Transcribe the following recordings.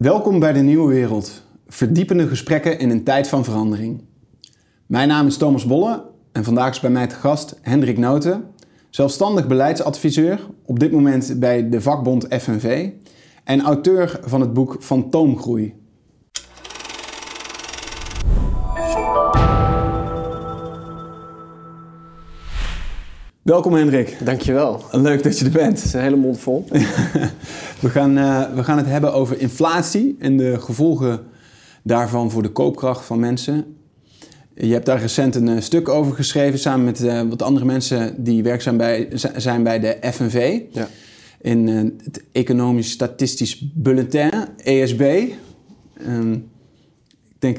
Welkom bij de Nieuwe Wereld. Verdiepende gesprekken in een tijd van verandering. Mijn naam is Thomas Bolle en vandaag is bij mij te gast Hendrik Noten, zelfstandig beleidsadviseur, op dit moment bij de vakbond FNV en auteur van het boek Fantoomgroei. Welkom Hendrik. Dankjewel. Leuk dat je er bent. Het is een hele mond vol. We gaan het hebben over inflatie en de gevolgen daarvan voor de koopkracht van mensen. Je hebt daar recent een stuk over geschreven samen met wat andere mensen die werkzaam zijn bij de FNV. Ja. In het Economisch Statistisch Bulletin, ESB. Ik denk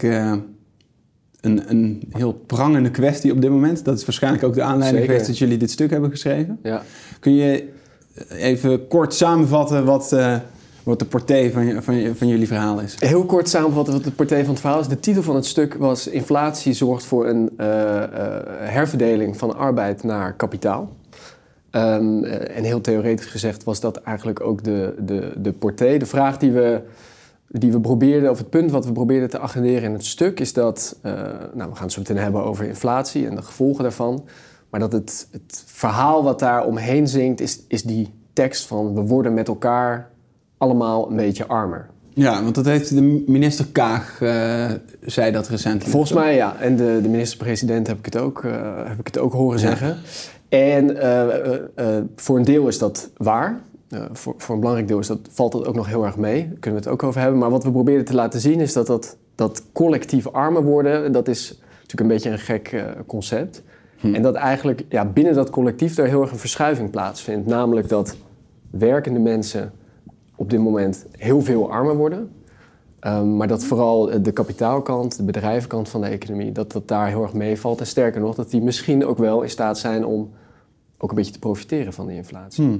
een heel prangende kwestie op dit moment. Dat is waarschijnlijk ook de aanleiding geweest dat jullie dit stuk hebben geschreven. Ja. Kun je even kort samenvatten wat de portée van jullie verhaal is? Heel kort samenvatten wat de portée van het verhaal is. De titel van het stuk was: Inflatie zorgt voor een herverdeling van arbeid naar kapitaal. En heel theoretisch gezegd was dat eigenlijk ook de portée. De vraag die we probeerden, of het punt wat we probeerden te agenderen in het stuk, is dat, we gaan het zo meteen hebben over inflatie en de gevolgen daarvan, maar dat het verhaal wat daar omheen zingt, is die tekst van: we worden met elkaar allemaal een beetje armer. Ja, want dat heeft de minister Kaag, zei dat recentelijk. Volgens mij ja, en de minister-president heb ik het ook horen zeggen. En voor een deel is dat waar. Voor een belangrijk deel valt dat ook nog heel erg mee. Daar kunnen we het ook over hebben. Maar wat we proberen te laten zien is dat collectief armer worden, dat is natuurlijk een beetje een gek concept. En dat eigenlijk binnen dat collectief daar heel erg een verschuiving plaatsvindt. Namelijk dat werkende mensen op dit moment heel veel armer worden. Maar dat vooral de kapitaalkant, de bedrijvenkant van de economie, dat daar heel erg meevalt. En sterker nog, dat die misschien ook wel in staat zijn om ook een beetje te profiteren van die inflatie.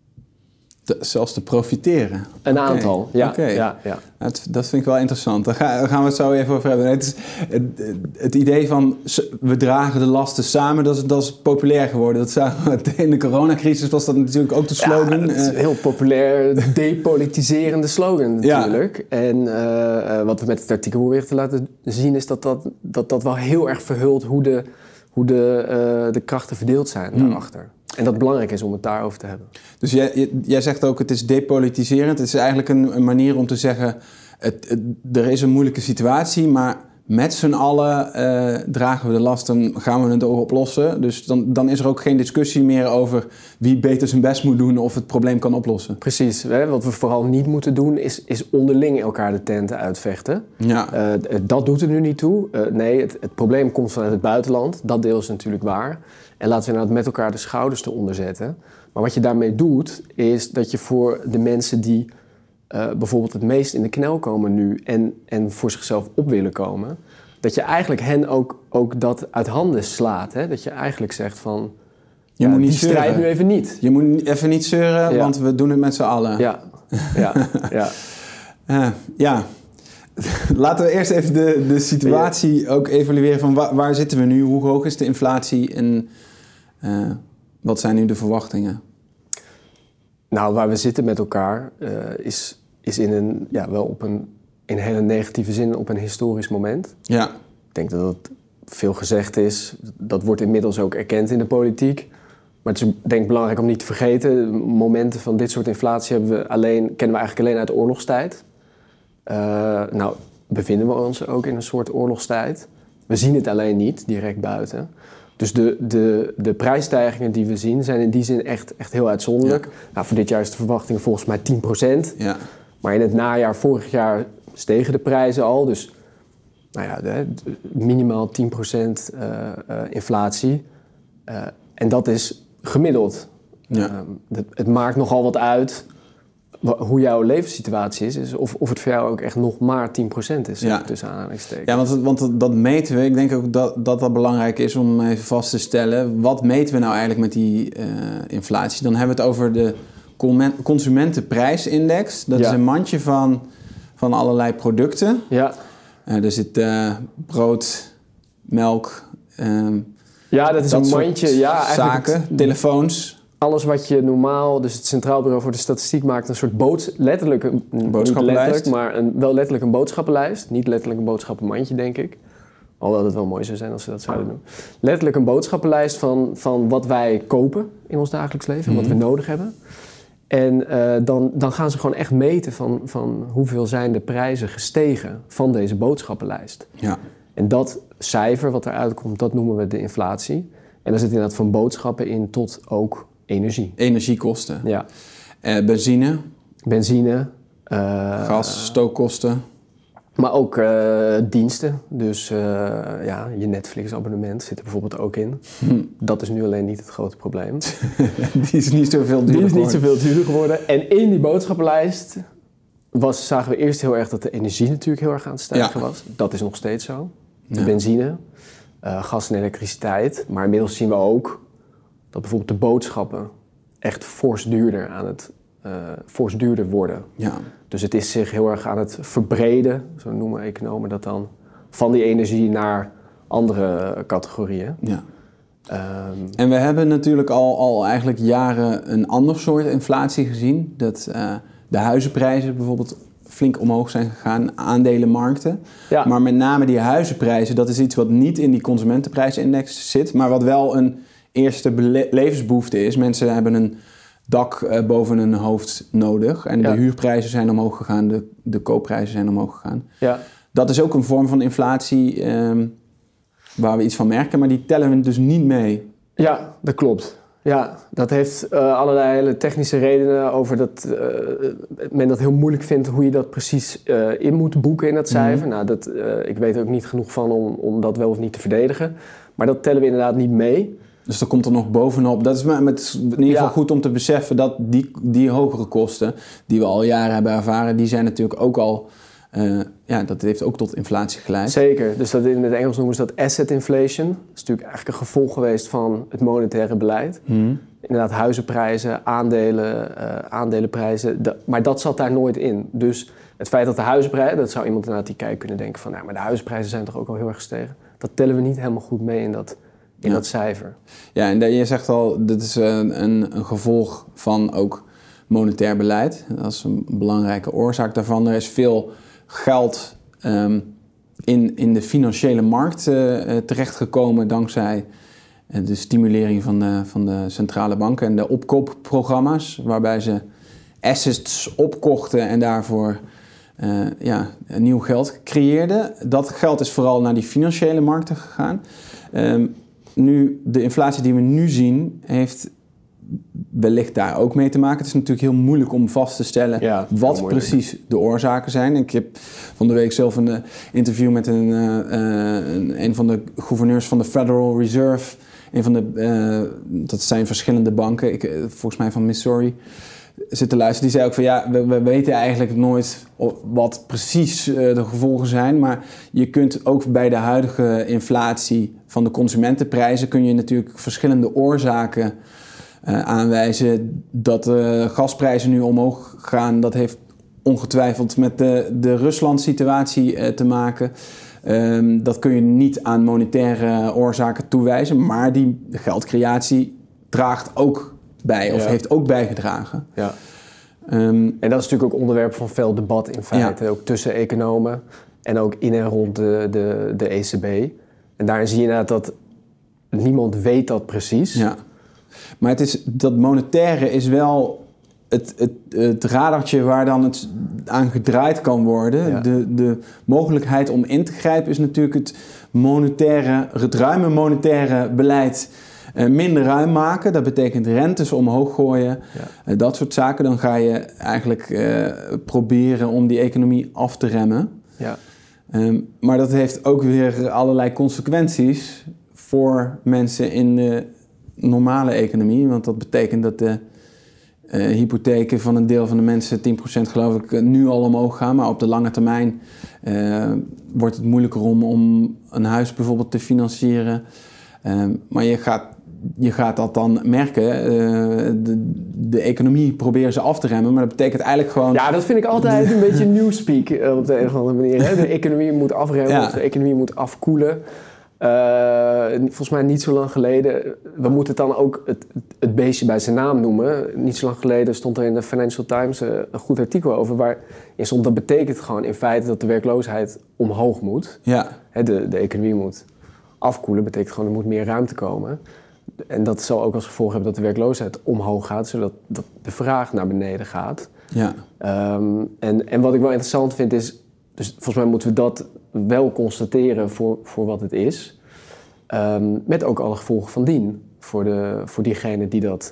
Zelfs te profiteren. Een aantal, ja. Okay. Ja. Dat vind ik wel interessant. Daar gaan we het zo even over hebben. Het idee van we dragen de lasten samen, dat is populair geworden. Dat zagen we in de coronacrisis, was dat natuurlijk ook de slogan. Ja, dat is een heel populair, depolitiserende slogan natuurlijk. Ja. En wat we met het artikel proberen te laten zien is dat wel heel erg verhult hoe de krachten verdeeld zijn daarachter. En dat het belangrijk is om het daarover te hebben. Dus jij zegt ook, het is depolitiserend. Het is eigenlijk een manier om te zeggen, er is een moeilijke situatie, maar met z'n allen dragen we de last en gaan we het oplossen. Dus dan is er ook geen discussie meer over wie beter zijn best moet doen of het probleem kan oplossen. Precies. Wat we vooral niet moeten doen is onderling elkaar de tenten uitvechten. Ja. Dat doet er nu niet toe. Nee, het probleem komt vanuit het buitenland. Dat deel is natuurlijk waar. En laten we inderdaad met elkaar de schouders eronder zetten. Maar wat je daarmee doet, is dat je voor de mensen die bijvoorbeeld het meest in de knel komen nu en voor zichzelf op willen komen, dat je eigenlijk hen ook dat uit handen slaat. Hè? Dat je eigenlijk zegt van, je moet niet die strijd zeuren. Nu even niet. Je moet even niet zeuren, want we doen het met z'n allen. Ja. Laten we eerst even de situatie ook evalueren van waar zitten we nu, hoe hoog is de inflatie en wat zijn nu de verwachtingen? Nou, waar we zitten met elkaar is in in hele negatieve zin op een historisch moment. Ja. Ik denk dat dat veel gezegd is. Dat wordt inmiddels ook erkend in de politiek. Maar het is denk ik belangrijk om niet te vergeten. Momenten van dit soort inflatie kennen we eigenlijk alleen uit de oorlogstijd. Bevinden we ons ook in een soort oorlogstijd. We zien het alleen niet direct buiten. Dus de prijsstijgingen die we zien zijn in die zin echt heel uitzonderlijk. Ja. Nou, voor dit jaar is de verwachting volgens mij 10%. Ja. Maar in het najaar vorig jaar stegen de prijzen al. Dus minimaal 10% inflatie. En dat is gemiddeld. Ja. Het maakt nogal wat uit hoe jouw levenssituatie is of het voor jou ook echt nog maar 10% is, tussen aanhalingstekens. Ja, want dat meten we. Ik denk ook dat belangrijk is om even vast te stellen. Wat meten we nou eigenlijk met die inflatie? Dan hebben we het over de consumentenprijsindex. Dat is een mandje van allerlei producten. Ja. Er zit brood, melk, dat is een mandje. Ja, zaken, telefoons. alles wat je normaal, dus het Centraal Bureau voor de Statistiek maakt een soort letterlijk, boodschappenlijst, maar wel letterlijk een boodschappenlijst. Niet letterlijk een boodschappenmandje, denk ik. Alhoewel het wel mooi zou zijn als ze dat zouden doen. Letterlijk een boodschappenlijst van wat wij kopen in ons dagelijks leven en wat we nodig hebben. En dan gaan ze gewoon echt meten van hoeveel zijn de prijzen gestegen van deze boodschappenlijst. Ja. En dat cijfer wat eruit komt, dat noemen we de inflatie. En daar zit inderdaad van boodschappen in tot ook energie. Energiekosten. Ja. Benzine. Gas, stookkosten. Maar ook diensten. Dus je Netflix-abonnement zit er bijvoorbeeld ook in. Dat is nu alleen niet het grote probleem. Die is niet zoveel duurder geworden. En in die boodschappenlijst zagen we eerst heel erg dat de energie natuurlijk heel erg aan het stijgen was. Dat is nog steeds zo. De benzine, gas en elektriciteit. Maar inmiddels zien we ook dat bijvoorbeeld de boodschappen echt fors duurder worden. Ja. Dus het is zich heel erg aan het verbreden, zo noemen economen dat dan, van die energie naar andere categorieën. Ja. En we hebben natuurlijk al eigenlijk jaren een ander soort inflatie gezien. Dat de huizenprijzen bijvoorbeeld flink omhoog zijn gegaan, aandelenmarkten. Ja. Maar met name die huizenprijzen, dat is iets wat niet in die consumentenprijsindex zit, maar wat wel een eerste levensbehoefte is. Mensen hebben een dak boven hun hoofd nodig. En de huurprijzen zijn omhoog gegaan, de koopprijzen zijn omhoog gegaan. Ja. Dat is ook een vorm van inflatie waar we iets van merken, maar die tellen we dus niet mee. Ja, dat klopt. Ja, dat heeft allerlei hele technische redenen over dat men dat heel moeilijk vindt hoe je dat precies in moet boeken in dat cijfer. Nou, ik weet er ook niet genoeg van om dat wel of niet te verdedigen. Maar dat tellen we inderdaad niet mee. Dus dat komt er nog bovenop. Dat is in ieder geval goed om te beseffen dat die hogere kosten die we al jaren hebben ervaren, die zijn natuurlijk ook al, dat heeft ook tot inflatie geleid. Zeker. Dus dat in het Engels noemen ze dat asset inflation. Dat is natuurlijk eigenlijk een gevolg geweest van het monetaire beleid. Inderdaad, huizenprijzen, aandelenprijzen, maar dat zat daar nooit in. Dus het feit dat de huizenprijzen, dat zou iemand inderdaad die kijkt kunnen denken van, maar de huizenprijzen zijn toch ook al heel erg gestegen. Dat tellen we niet helemaal goed mee in dat cijfer. Ja, en je zegt al, dit is een gevolg van ook monetair beleid. Dat is een belangrijke oorzaak daarvan. Er is veel geld in de financiële markt terechtgekomen dankzij de stimulering van de centrale banken en de opkoopprogramma's, waarbij ze assets opkochten en daarvoor nieuw geld creëerden. Dat geld is vooral naar die financiële markten gegaan. Nu, de inflatie die we nu zien, heeft wellicht daar ook mee te maken. Het is natuurlijk heel moeilijk om vast te stellen wat precies de oorzaken zijn. Ik heb van de week zelf een interview met een van de gouverneurs van de Federal Reserve. Dat zijn verschillende banken, volgens mij van Missouri, zitten luisteren. Die zei ook van we weten eigenlijk nooit wat precies de gevolgen zijn. Maar je kunt ook bij de huidige inflatie van de consumentenprijzen kun je natuurlijk verschillende oorzaken aanwijzen. Dat de gasprijzen nu omhoog gaan, dat heeft ongetwijfeld met de Rusland-situatie te maken. Dat kun je niet aan monetaire oorzaken toewijzen, maar die geldcreatie draagt ook bij, of heeft ook bijgedragen. Ja. En dat is natuurlijk ook onderwerp van veel debat in feite, ook tussen economen en ook in en rond de ECB. En daarin zie je inderdaad dat niemand weet dat precies. Ja. Maar dat monetaire is wel het radartje waar dan het aan gedraaid kan worden. Ja. De mogelijkheid om in te grijpen is natuurlijk het ruime monetaire beleid minder ruim maken. Dat betekent rentes omhoog gooien. Ja. Dat soort zaken. Dan ga je eigenlijk proberen om die economie af te remmen. Ja. Maar dat heeft ook weer allerlei consequenties voor mensen in de normale economie. Want dat betekent dat de hypotheken van een deel van de mensen, 10% geloof ik, nu al omhoog gaan. Maar op de lange termijn wordt het moeilijker om een huis bijvoorbeeld te financieren. Maar je gaat dat dan merken. De economie proberen ze af te remmen, maar dat betekent eigenlijk gewoon... Ja, dat vind ik altijd een beetje newspeak op de een of andere manier. Hè? De economie moet afremmen of de economie moet afkoelen. Volgens mij niet zo lang geleden, we moeten het dan ook het beestje bij zijn naam noemen. Niet zo lang geleden stond er in de Financial Times een goed artikel over waarin stond dat betekent gewoon in feite dat de werkloosheid omhoog moet. Ja. De economie moet afkoelen, betekent gewoon er moet meer ruimte komen. En dat zal ook als gevolg hebben dat de werkloosheid omhoog gaat, zodat de vraag naar beneden gaat. Ja. En wat ik wel interessant vind is, dus volgens mij moeten we dat wel constateren voor wat het is. Met ook alle gevolgen van dien. Voor diegene die dat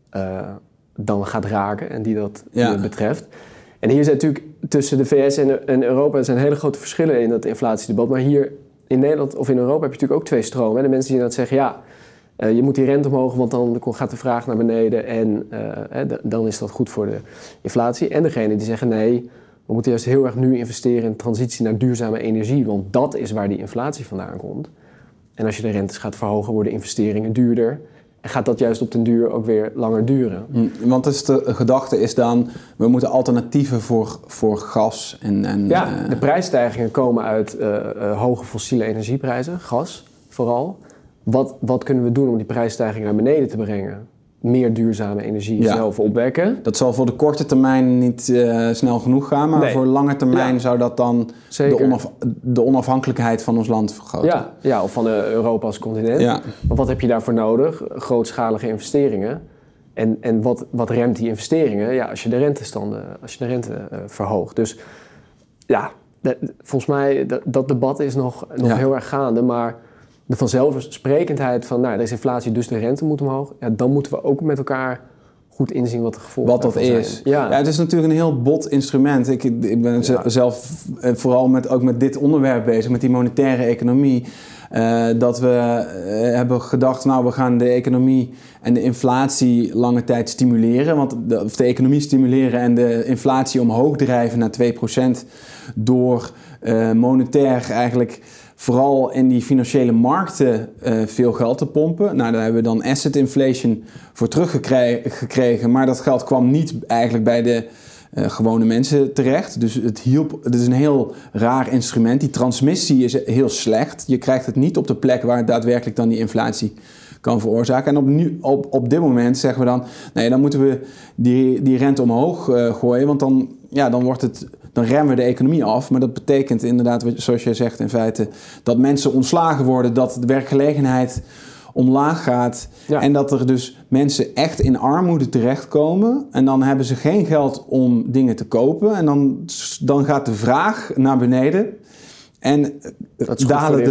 dan gaat raken en die dat betreft. En hier zijn natuurlijk tussen de VS en Europa zijn hele grote verschillen in dat inflatiedebat. Maar hier in Nederland of in Europa heb je natuurlijk ook twee stromen. Hè? De mensen die dan zeggen, je moet die rente omhoog, want dan gaat de vraag naar beneden en dan is dat goed voor de inflatie. En degene die zeggen, nee, we moeten juist heel erg nu investeren in transitie naar duurzame energie, want dat is waar die inflatie vandaan komt. En als je de rentes gaat verhogen, worden investeringen duurder. En gaat dat juist op den duur ook weer langer duren. Want dus de gedachte is dan, we moeten alternatieven voor gas en de prijsstijgingen komen uit hoge fossiele energieprijzen, gas vooral. Wat kunnen we doen om die prijsstijging naar beneden te brengen? Meer duurzame energie zelf opwekken. Dat zal voor de korte termijn niet snel genoeg gaan, maar voor de lange termijn zou dat dan de onafhankelijkheid van ons land vergroten. Ja, of van Europa als continent. Ja. Maar wat heb je daarvoor nodig? Grootschalige investeringen. En wat remt die investeringen? Ja, als je de rente verhoogt. Dus ja, volgens mij dat debat is nog heel erg gaande, maar de vanzelfsprekendheid van, er is inflatie, dus de rente moet omhoog. Ja, dan moeten we ook met elkaar goed inzien wat de gevolgen wat dat is. Ja, het is natuurlijk een heel bot instrument. Ik ben zelf vooral ook met dit onderwerp bezig, met die monetaire economie. Dat we hebben gedacht, we gaan de economie en de inflatie lange tijd stimuleren. Want de economie stimuleren en de inflatie omhoog drijven naar 2% door monetair eigenlijk vooral in die financiële markten veel geld te pompen. Daar hebben we dan asset inflation voor teruggekregen. Maar dat geld kwam niet eigenlijk bij de gewone mensen terecht. Dus het is een heel raar instrument. Die transmissie is heel slecht. Je krijgt het niet op de plek waar het daadwerkelijk dan die inflatie kan veroorzaken. En op dit moment zeggen we dan, dan moeten we die rente omhoog gooien. Want dan remmen we de economie af. Maar dat betekent inderdaad, zoals jij zegt in feite, dat mensen ontslagen worden, dat de werkgelegenheid omlaag gaat. Ja. En dat er dus mensen echt in armoede terechtkomen. En dan hebben ze geen geld om dingen te kopen. En dan gaat de vraag naar beneden. En dalen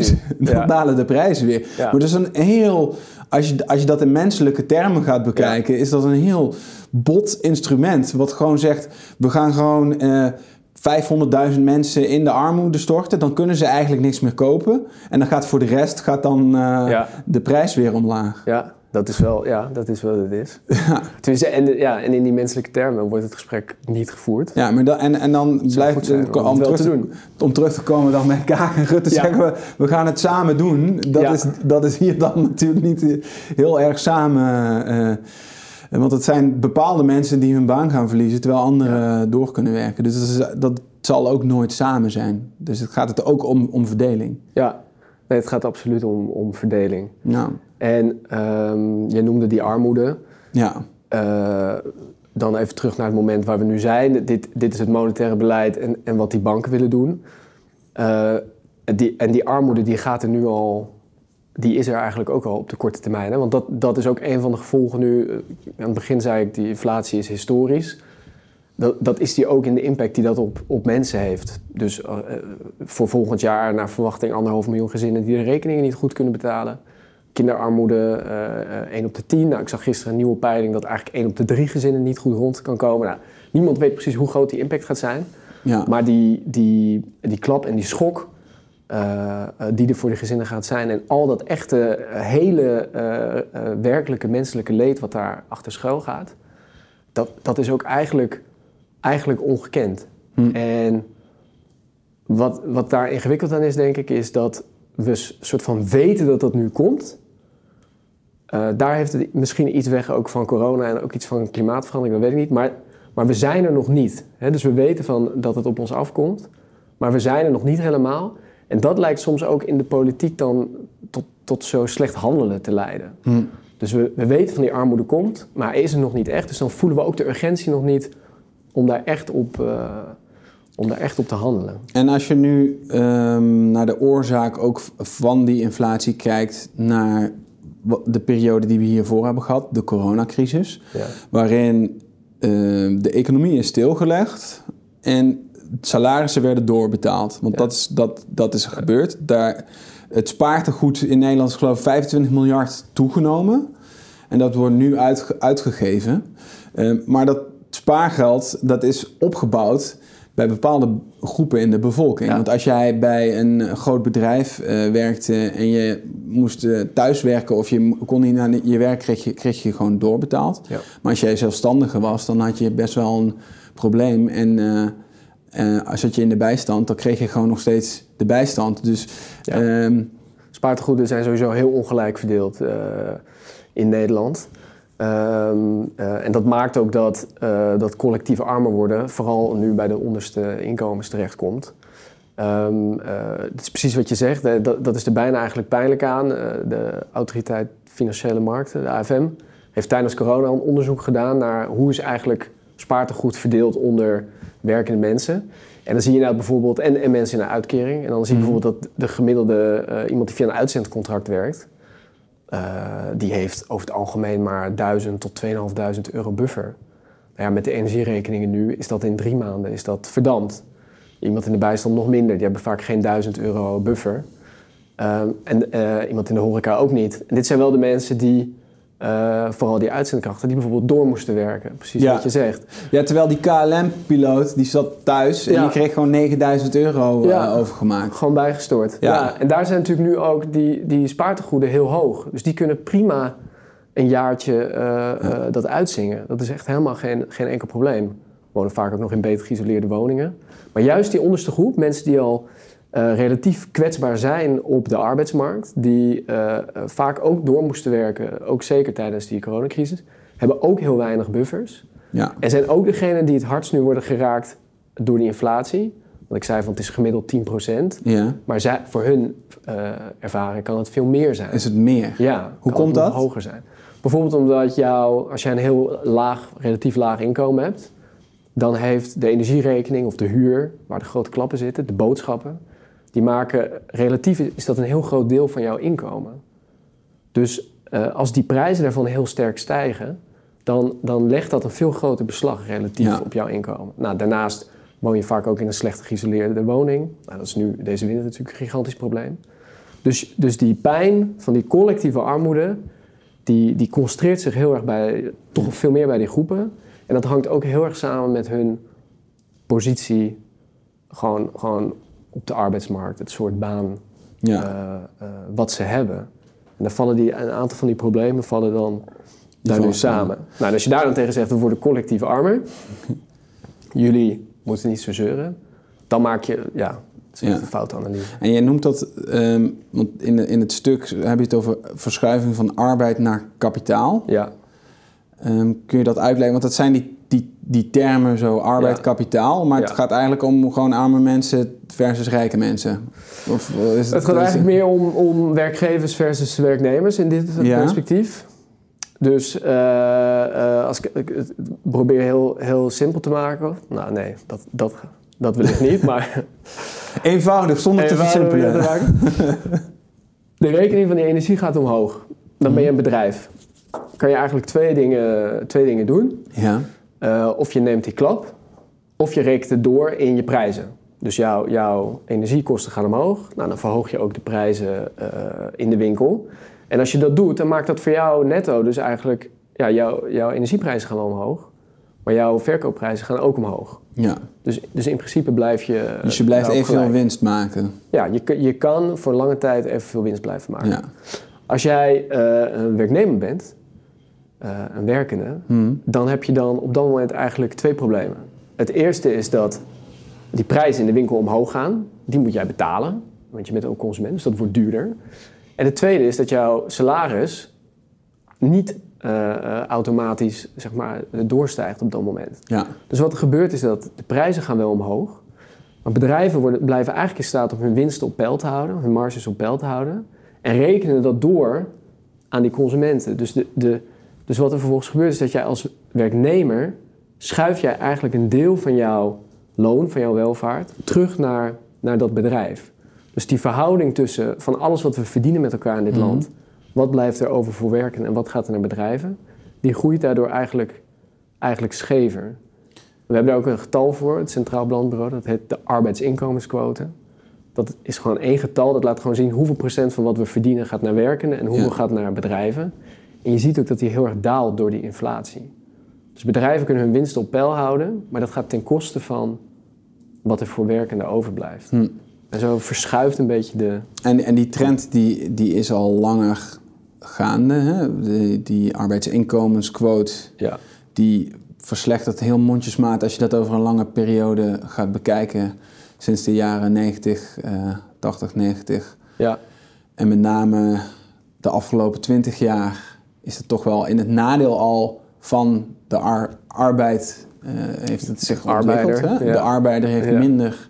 de prijzen weer. Ja. Maar dus een heel, als je dat in menselijke termen gaat bekijken, is dat een heel bot instrument. Wat gewoon zegt, we gaan gewoon 500.000 mensen in de armoede storten. Dan kunnen ze eigenlijk niks meer kopen. En dan gaat voor de rest de prijs weer omlaag. Ja. Dat is wel wat het is. Ja. En in die menselijke termen wordt het gesprek niet gevoerd. Ja, maar dan blijft het om terug te komen dan met Kaag en Rutte zeggen we gaan het samen doen. Dat is hier dan natuurlijk niet heel erg samen. Want het zijn bepaalde mensen die hun baan gaan verliezen, terwijl anderen door kunnen werken. Dus dat zal ook nooit samen zijn. Dus het gaat het ook om verdeling. Ja, nee, het gaat absoluut om verdeling. Nou. En jij noemde die armoede. Ja. Dan even terug naar het moment waar we nu zijn. Dit is het monetaire beleid en wat die banken willen doen. Die armoede die gaat er nu al, die is er eigenlijk ook al op de korte termijn. Hè? Want dat is ook een van de gevolgen nu. Aan het begin zei ik, die inflatie is historisch. Dat is die ook in de impact die dat op mensen heeft. Dus voor volgend jaar naar verwachting 1,5 miljoen gezinnen die de rekeningen niet goed kunnen betalen. Kinderarmoede 1 op de 10. Ik zag gisteren een nieuwe peiling dat eigenlijk 1 op de 3 gezinnen niet goed rond kan komen. Niemand weet precies hoe groot die impact gaat zijn. Ja. Maar die klap en die schok die er voor de gezinnen gaat zijn en al dat echte, hele werkelijke menselijke leed wat daar achter schuil gaat, dat is ook eigenlijk ongekend. En wat daar ingewikkeld aan is, denk ik, is dat we soort van weten dat dat nu komt. Daar heeft het misschien iets weg ook van corona en ook iets van klimaatverandering, dat weet ik niet. Maar we zijn er nog niet. Hè? Dus we weten dat het op ons afkomt, maar we zijn er nog niet helemaal. En dat lijkt soms ook in de politiek dan tot zo slecht handelen te leiden. Dus we weten van die armoede komt, maar hij is er nog niet echt. Dus dan voelen we ook de urgentie nog niet om daar echt op te handelen. En als je nu naar de oorzaak ook van die inflatie kijkt, naar de periode die we hiervoor hebben gehad, de coronacrisis, waarin de economie is stilgelegd en salarissen werden doorbetaald. Want dat is gebeurd. Het spaartegoed in Nederland is geloof ik 25 miljard toegenomen. En dat wordt nu uitgegeven. Maar dat spaargeld dat is opgebouwd bij bepaalde groepen in de bevolking. Ja. Want als jij bij een groot bedrijf werkte en je moest thuiswerken of je kon niet naar je werk, kreeg je gewoon doorbetaald. Ja. Maar als jij zelfstandige was, dan had je best wel een probleem. En zat je in de bijstand, dan kreeg je gewoon nog steeds de bijstand. Dus spaartegoeden zijn sowieso heel ongelijk verdeeld in Nederland. En dat maakt ook dat collectief armer worden vooral nu bij de onderste inkomens terechtkomt. Dat is precies wat je zegt. Dat is er bijna eigenlijk pijnlijk aan. De Autoriteit Financiële Markten, de AFM, heeft tijdens corona een onderzoek gedaan naar hoe is eigenlijk spaartegoed verdeeld onder werkende mensen. En dan zie je nou bijvoorbeeld, en mensen in een uitkering. En dan zie je bijvoorbeeld dat de gemiddelde iemand die via een uitzendcontract werkt, die heeft over het algemeen maar 1.000 tot 2.500 euro buffer. Nou ja, met de energierekeningen nu is dat in 3 maanden is dat verdampt. Iemand in de bijstand nog minder, die hebben vaak geen 1.000 euro buffer. En iemand in de horeca ook niet. En dit zijn wel de mensen die, vooral die uitzendkrachten, die bijvoorbeeld door moesten werken. Precies wat je zegt. Ja, terwijl die KLM-piloot, die zat thuis en die kreeg gewoon 9.000 euro overgemaakt. Gewoon bijgestort. Ja. En daar zijn natuurlijk nu ook die spaartegoeden heel hoog. Dus die kunnen prima een jaartje dat uitzingen. Dat is echt helemaal geen enkel probleem. Wonen vaak ook nog in beter geïsoleerde woningen. Maar juist die onderste groep, mensen die al relatief kwetsbaar zijn op de arbeidsmarkt, die vaak ook door moesten werken, ook zeker tijdens die coronacrisis, hebben ook heel weinig buffers. Ja. En zijn ook degenen die het hardst nu worden geraakt door die inflatie. Want ik zei van het is gemiddeld 10%. Ja. Maar voor hun ervaring kan het veel meer zijn. Is het meer? Ja. Hoe komt dat? Hoger zijn. Bijvoorbeeld omdat als jij een heel relatief laag inkomen hebt, dan heeft de energierekening of de huur, waar de grote klappen zitten, de boodschappen, die maken relatief, is dat een heel groot deel van jouw inkomen. Dus als die prijzen daarvan heel sterk stijgen, dan legt dat een veel groter beslag relatief op jouw inkomen. Nou, daarnaast woon je vaak ook in een slecht geïsoleerde woning. Nou, dat is nu deze winter natuurlijk een gigantisch probleem. Dus die pijn van die collectieve armoede, die concentreert zich heel erg toch veel meer bij die groepen. En dat hangt ook heel erg samen met hun positie gewoon op de arbeidsmarkt, het soort baan wat ze hebben. En dan vallen een aantal van die problemen vallen dan daardoor samen. Nou, en als je daar dan tegen zegt, we worden collectief armer, jullie moeten niet zo zeuren, dan maak je, het is echt een foute analyse. En jij noemt dat, want in het stuk heb je het over verschuiving van arbeid naar kapitaal. Ja. Kun je dat uitleggen? Want dat zijn die termen zo, arbeid, kapitaal. Maar het gaat eigenlijk om gewoon arme mensen versus rijke mensen. Het gaat eigenlijk meer om werkgevers versus werknemers in dit perspectief. Dus als ik het probeer heel simpel te maken. Nou nee, dat wil ik niet, maar eenvoudig, zonder te versimpelen. De rekening van die energie gaat omhoog. Dan ben je een bedrijf. Kan je eigenlijk twee dingen doen. Ja. Of je neemt die klap, of je rekent het door in je prijzen. Dus jouw energiekosten gaan omhoog. Nou, dan verhoog je ook de prijzen in de winkel. En als je dat doet, dan maakt dat voor jou netto dus eigenlijk, jouw energieprijzen gaan wel omhoog. Maar jouw verkoopprijzen gaan ook omhoog. Ja. Dus in principe blijf je... Dus je blijft evenveel winst maken. Ja, je kan voor lange tijd evenveel winst blijven maken. Ja. Als jij een werknemer bent, een werkende, dan heb je dan op dat moment eigenlijk 2 problemen. Het eerste is dat die prijzen in de winkel omhoog gaan. Die moet jij betalen, want je bent ook consument, dus dat wordt duurder. En het tweede is dat jouw salaris niet automatisch doorstijgt op dat moment. Ja. Dus wat er gebeurt is dat de prijzen gaan wel omhoog, Maar bedrijven blijven eigenlijk in staat om hun winsten op peil te houden, hun marges op peil te houden. En rekenen dat door aan die consumenten. Dus wat er vervolgens gebeurt is dat jij als werknemer schuif jij eigenlijk een deel van jouw loon, van jouw welvaart, terug naar dat bedrijf. Dus die verhouding tussen van alles wat we verdienen met elkaar in dit land, wat blijft er over voor werken en wat gaat er naar bedrijven, die groeit daardoor eigenlijk schever. We hebben daar ook een getal voor, het Centraal Planbureau, dat heet de arbeidsinkomensquote. Dat is gewoon één getal, dat laat gewoon zien hoeveel procent van wat we verdienen gaat naar werkenden en hoeveel gaat naar bedrijven. En je ziet ook dat die heel erg daalt door die inflatie. Dus bedrijven kunnen hun winsten op peil houden, maar dat gaat ten koste van wat er voor werkenden overblijft. En zo verschuift een beetje de... En die trend die is al langer gaande, hè? Die arbeidsinkomensquote, die verslechtert heel mondjesmaat als je dat over een lange periode gaat bekijken. Sinds de jaren 90, 80, 90. Ja. En met name de afgelopen 20 jaar is het toch wel in het nadeel al van de arbeid heeft het zich ontwikkeld. Hè? Ja. De arbeider heeft minder,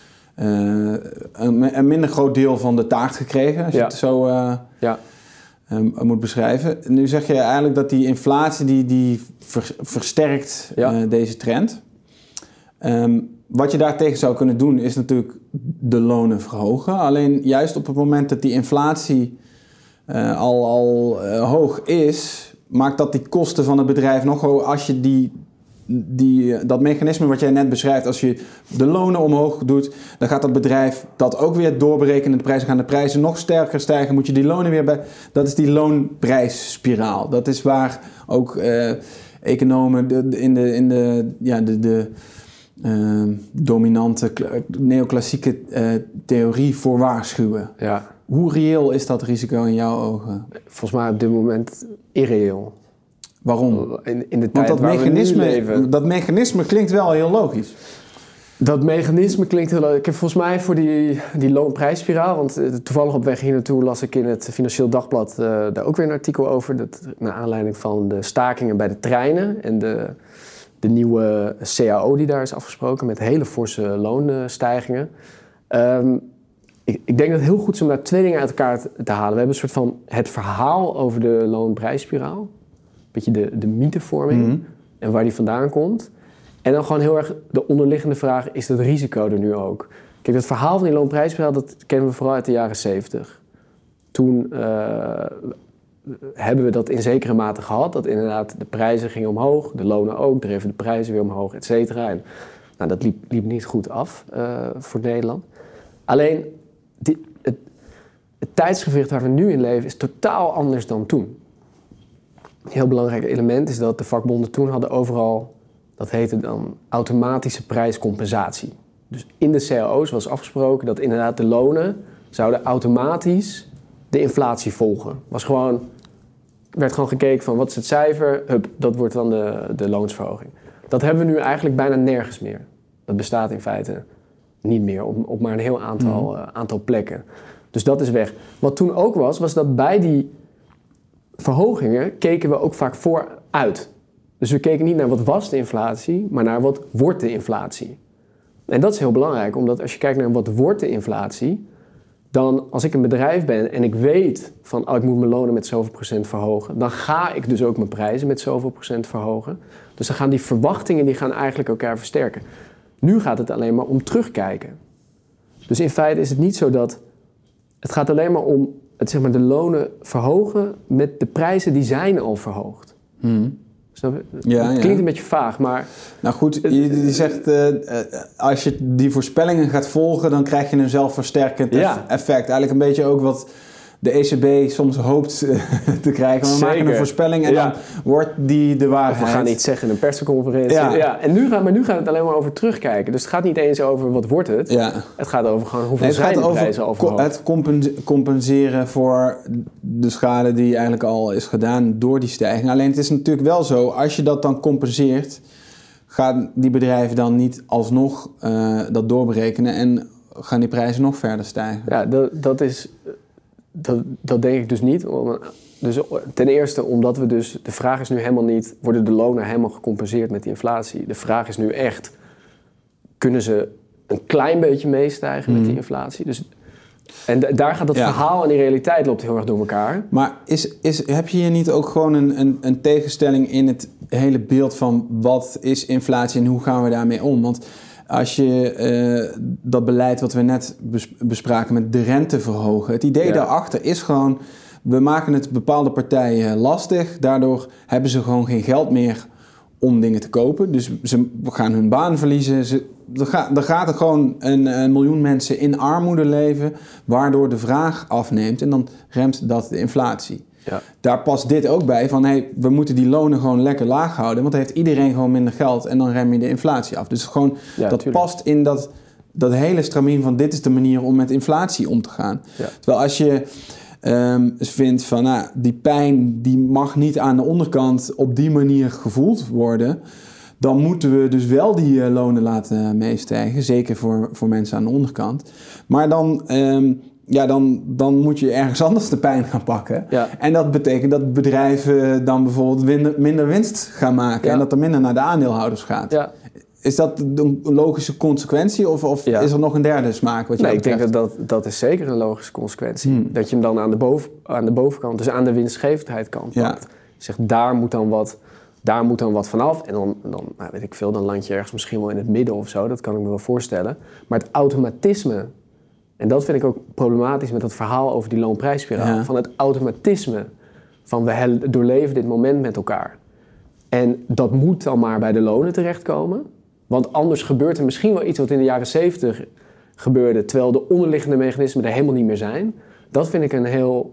een minder groot deel van de taart gekregen, als je het zo moet beschrijven. Nu zeg je eigenlijk dat die inflatie die versterkt deze trend. Wat je daartegen zou kunnen doen is natuurlijk de lonen verhogen. Alleen juist op het moment dat die inflatie al hoog is, maakt dat die kosten van het bedrijf nog hoger. Als je dat mechanisme wat jij net beschrijft, als je de lonen omhoog doet, dan gaat dat bedrijf dat ook weer doorberekenen. De prijzen gaan de prijzen nog sterker stijgen. Moet je die lonen weer bij. Dat is die loonprijsspiraal. Dat is waar ook economen in de dominante neoclassieke theorie voor waarschuwen. Ja. Hoe reëel is dat risico in jouw ogen? Volgens mij op dit moment irreëel. Waarom? In de tijd waar we nu leven. Dat mechanisme klinkt wel heel logisch. Dat mechanisme klinkt heel logisch. Ik heb volgens mij voor die loonprijsspiraal, want toevallig op weg hier naartoe las ik in het Financieel Dagblad daar ook weer een artikel over. Dat, naar aanleiding van de stakingen bij de treinen en de nieuwe CAO die daar is afgesproken met hele forse loonstijgingen. Ik denk dat het heel goed is om daar twee dingen uit elkaar te halen. We hebben een soort van het verhaal over de loonprijsspiraal. Een beetje de mythevorming en waar die vandaan komt. En dan gewoon heel erg de onderliggende vraag, is dat risico er nu ook? Kijk, het verhaal van die loonprijsspiraal, dat kennen we vooral uit de jaren 70. Toen hebben we dat in zekere mate gehad. Dat inderdaad de prijzen gingen omhoog, de lonen ook, dreven de prijzen weer omhoog, et cetera. En dat liep niet goed af voor Nederland. Alleen, het tijdsgewicht waar we nu in leven is totaal anders dan toen. Een heel belangrijk element is dat de vakbonden toen hadden overal, dat heette dan automatische prijscompensatie. Dus in de cao's was afgesproken dat inderdaad de lonen zouden automatisch de inflatie volgen. Werd gewoon gekeken van wat is het cijfer, dat wordt dan de loonsverhoging. Dat hebben we nu eigenlijk bijna nergens meer. Dat bestaat in feite niet meer op maar een heel aantal plekken. Dus dat is weg. Wat toen ook was dat bij die verhogingen keken we ook vaak vooruit. Dus we keken niet naar wat was de inflatie, maar naar wat wordt de inflatie. En dat is heel belangrijk, omdat als je kijkt naar wat wordt de inflatie, dan als ik een bedrijf ben en ik weet van ik moet mijn lonen met zoveel procent verhogen, dan ga ik dus ook mijn prijzen met zoveel procent verhogen. Dus dan gaan die verwachtingen eigenlijk elkaar versterken. Nu gaat het alleen maar om terugkijken. Dus in feite is het niet zo dat het gaat alleen maar om de lonen verhogen met de prijzen die zijn al verhoogd. Snap je? Het klinkt een beetje vaag, maar... Nou goed, je zegt als je die voorspellingen gaat volgen, dan krijg je een zelfversterkend effect. Eigenlijk een beetje ook wat de ECB soms hoopt te krijgen. We maken een voorspelling en dan wordt die de waarheid. Of we gaan iets zeggen in een persconferentie. En nu gaat het alleen maar over terugkijken. Dus het gaat niet eens over wat wordt het. Ja. Het gaat over gewoon hoeveel zijn de prijzen al verhoogd. Het compenseren voor de schade die eigenlijk al is gedaan door die stijging. Alleen het is natuurlijk wel zo, als je dat dan compenseert, gaan die bedrijven dan niet alsnog dat doorberekenen en gaan die prijzen nog verder stijgen. Ja, dat denk ik dus niet. Dus ten eerste omdat we dus... De vraag is nu helemaal niet, worden de lonen helemaal gecompenseerd met die inflatie? De vraag is nu echt, kunnen ze een klein beetje meestijgen met die inflatie. Dus, en daar gaat dat verhaal en die realiteit loopt heel erg door elkaar. Maar heb je hier niet ook gewoon een tegenstelling in het hele beeld van wat is inflatie en hoe gaan we daarmee om? Want als je dat beleid wat we net bespraken met de rente verhogen, het idee daarachter is gewoon, we maken het bepaalde partijen lastig, daardoor hebben ze gewoon geen geld meer om dingen te kopen. Dus ze gaan hun baan verliezen. Er gaat er gewoon een miljoen mensen in armoede leven, waardoor de vraag afneemt en dan remt dat de inflatie. Ja. Daar past dit ook bij van we moeten die lonen gewoon lekker laag houden, want dan heeft iedereen gewoon minder geld en dan rem je de inflatie af. Dus gewoon dat past in dat hele stramien van dit is de manier om met inflatie om te gaan. Ja. Terwijl als je vindt van die pijn die mag niet aan de onderkant op die manier gevoeld worden, dan moeten we dus wel die lonen laten meestijgen, zeker voor mensen aan de onderkant. Maar dan moet je ergens anders de pijn gaan pakken. Ja. En dat betekent dat bedrijven dan bijvoorbeeld minder winst gaan maken en dat er minder naar de aandeelhouders gaat. Ja. Is dat een logische consequentie of is er nog een derde smaak? Wat je ik denk dat is zeker een logische consequentie. Dat je hem dan aan de bovenkant, dus aan de winstgevendheid kant pakt. Zegt, daar moet dan wat vanaf. En dan weet ik veel, dan land je ergens misschien wel in het midden of zo. Dat kan ik me wel voorstellen. Maar het automatisme, en dat vind ik ook problematisch met dat verhaal over die loonprijsspiraal. Ja. Van het automatisme van we doorleven dit moment met elkaar. En dat moet dan maar bij de lonen terechtkomen. Want anders gebeurt er misschien wel iets wat in de jaren 70 gebeurde, terwijl de onderliggende mechanismen er helemaal niet meer zijn. Dat vind ik een heel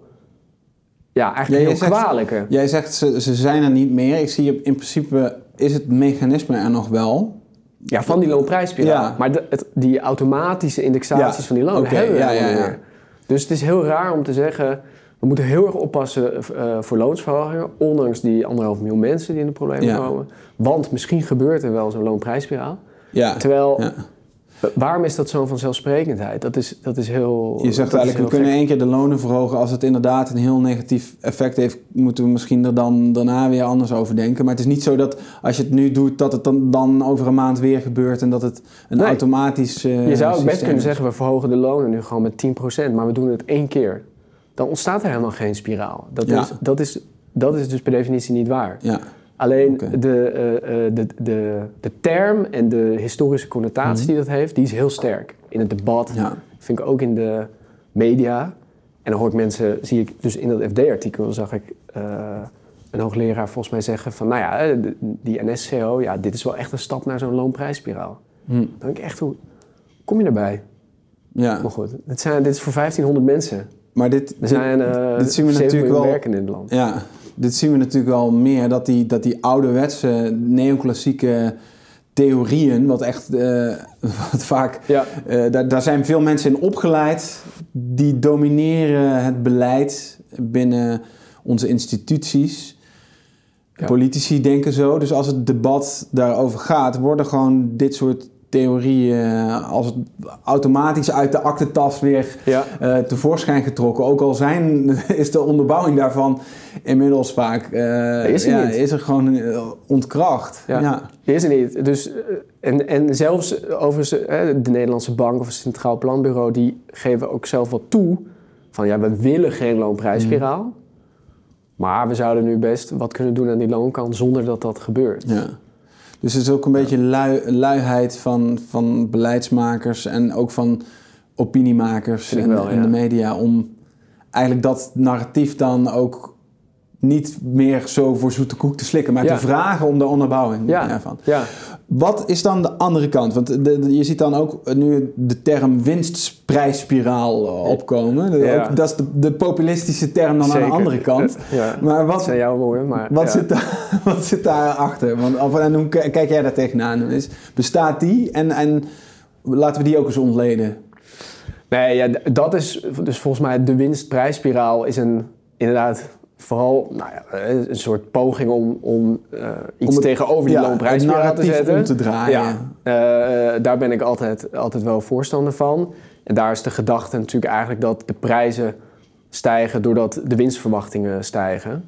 kwalijke. Jij zegt ze zijn er niet meer. Ik zie in principe is het mechanisme er nog wel. Ja, van die loonprijsspiraal. Ja. Maar die automatische indexaties van die lonen hebben we helemaal niet meer. Dus het is heel raar om te zeggen, we moeten heel erg oppassen voor loonsverhogingen, ondanks die 1,5 miljoen mensen die in de problemen komen. Want misschien gebeurt er wel zo'n loonprijsspiraal. Ja. Terwijl, waarom is dat zo'n vanzelfsprekendheid? Dat is heel... Je zegt eigenlijk, we kunnen 1 keer de lonen verhogen. Als het inderdaad een heel negatief effect heeft, moeten we misschien er dan daarna weer anders over denken. Maar het is niet zo dat als je het nu doet, dat het dan over een maand weer gebeurt en dat het een automatisch je zou ook best kunnen zeggen, we verhogen de lonen nu gewoon met 10%, maar we doen het 1 keer. Dan ontstaat er helemaal geen spiraal. Dat is dus per definitie niet waar. Ja. Alleen de term en de historische connotatie die dat heeft, die is heel sterk. In het debat, vind ik ook in de media. En dan hoor ik mensen, zie ik dus in dat FD-artikel, zag ik een hoogleraar volgens mij zeggen van, die NSCO, dit is wel echt een stap naar zo'n loonprijsspiraal. Dan denk ik echt, hoe kom je daarbij? Ja. Maar goed, dit is voor 1500 mensen. Maar dit zien we natuurlijk wel werken in het land. Ja, dit zien we natuurlijk wel meer dat die ouderwetse neoclassieke theorieën, wat echt wat vaak daar zijn veel mensen in opgeleid, die domineren het beleid binnen onze instituties. Ja. Politici denken zo, dus als het debat daarover gaat, worden gewoon dit soort theorieën als het automatisch uit de aktentas weer tevoorschijn getrokken. Ook al is de onderbouwing daarvan inmiddels vaak is er gewoon ontkracht. Ja. Is er niet. Dus, en zelfs overigens de Nederlandse Bank of het Centraal Planbureau, die geven ook zelf wat toe van we willen geen loonprijsspiraal. Maar we zouden nu best wat kunnen doen aan die loonkant zonder dat dat gebeurt. Ja. Dus het is ook een beetje luiheid van beleidsmakers en ook van opiniemakers en de media om eigenlijk dat narratief dan ook niet meer zo voor zoete koek te slikken, maar te vragen om de onderbouwing daarvan. Ja. Wat is dan de andere kant? Want je ziet dan ook nu de term winstprijsspiraal opkomen. Ja. Dat is de populistische term dan aan de andere kant. Maar dat zijn jouw woorden. Maar wat zit daar achter? En hoe kijk jij daar tegenaan? Bestaat die? En laten we die ook eens ontleden. Nee, dat is dus volgens mij de winstprijsspiraal is inderdaad vooral een soort poging om iets tegenover die loonprijsspiraal te zetten. Om te draaien. Ja, daar ben ik altijd wel voorstander van. En daar is de gedachte natuurlijk eigenlijk dat de prijzen stijgen doordat de winstverwachtingen stijgen.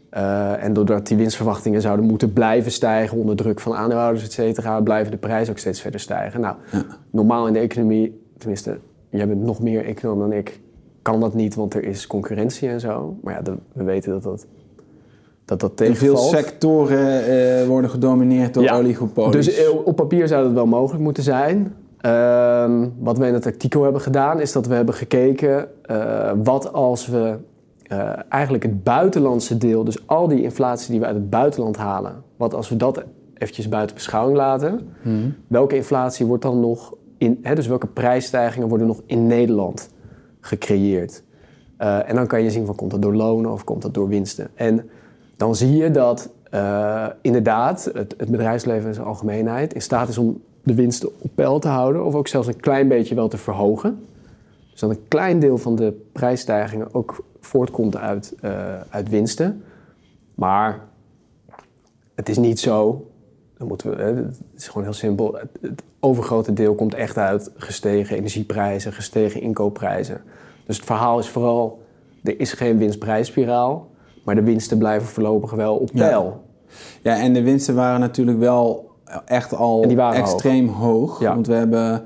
En doordat die winstverwachtingen zouden moeten blijven stijgen onder druk van aandeelhouders, et cetera, blijven de prijzen ook steeds verder stijgen. Nou, normaal in de economie, tenminste, jij bent nog meer econoom dan ik, kan dat niet, want er is concurrentie en zo. Maar ja, we weten dat tegenvalt. Veel sectoren worden gedomineerd door oligopolies. Dus op papier zou dat wel mogelijk moeten zijn. Wat we in het artikel hebben gedaan, is dat we hebben gekeken wat als we eigenlijk het buitenlandse deel, dus al die inflatie die we uit het buitenland halen, wat als we dat eventjes buiten beschouwing laten, welke inflatie wordt dan nog dus welke prijsstijgingen worden nog in Nederland gecreëerd? En dan kan je zien van komt dat door lonen of komt dat door winsten? En dan zie je dat inderdaad het bedrijfsleven in zijn algemeenheid in staat is om de winsten op peil te houden of ook zelfs een klein beetje wel te verhogen. Dus dat een klein deel van de prijsstijgingen ook voortkomt uit winsten. Maar het is niet zo, het is gewoon heel simpel, het overgrote deel komt echt uit gestegen energieprijzen, gestegen inkoopprijzen. Dus het verhaal is vooral, er is geen winstprijsspiraal, maar de winsten blijven voorlopig wel op peil. Ja, en de winsten waren natuurlijk wel echt al extreem hoog. Ja. Want we hebben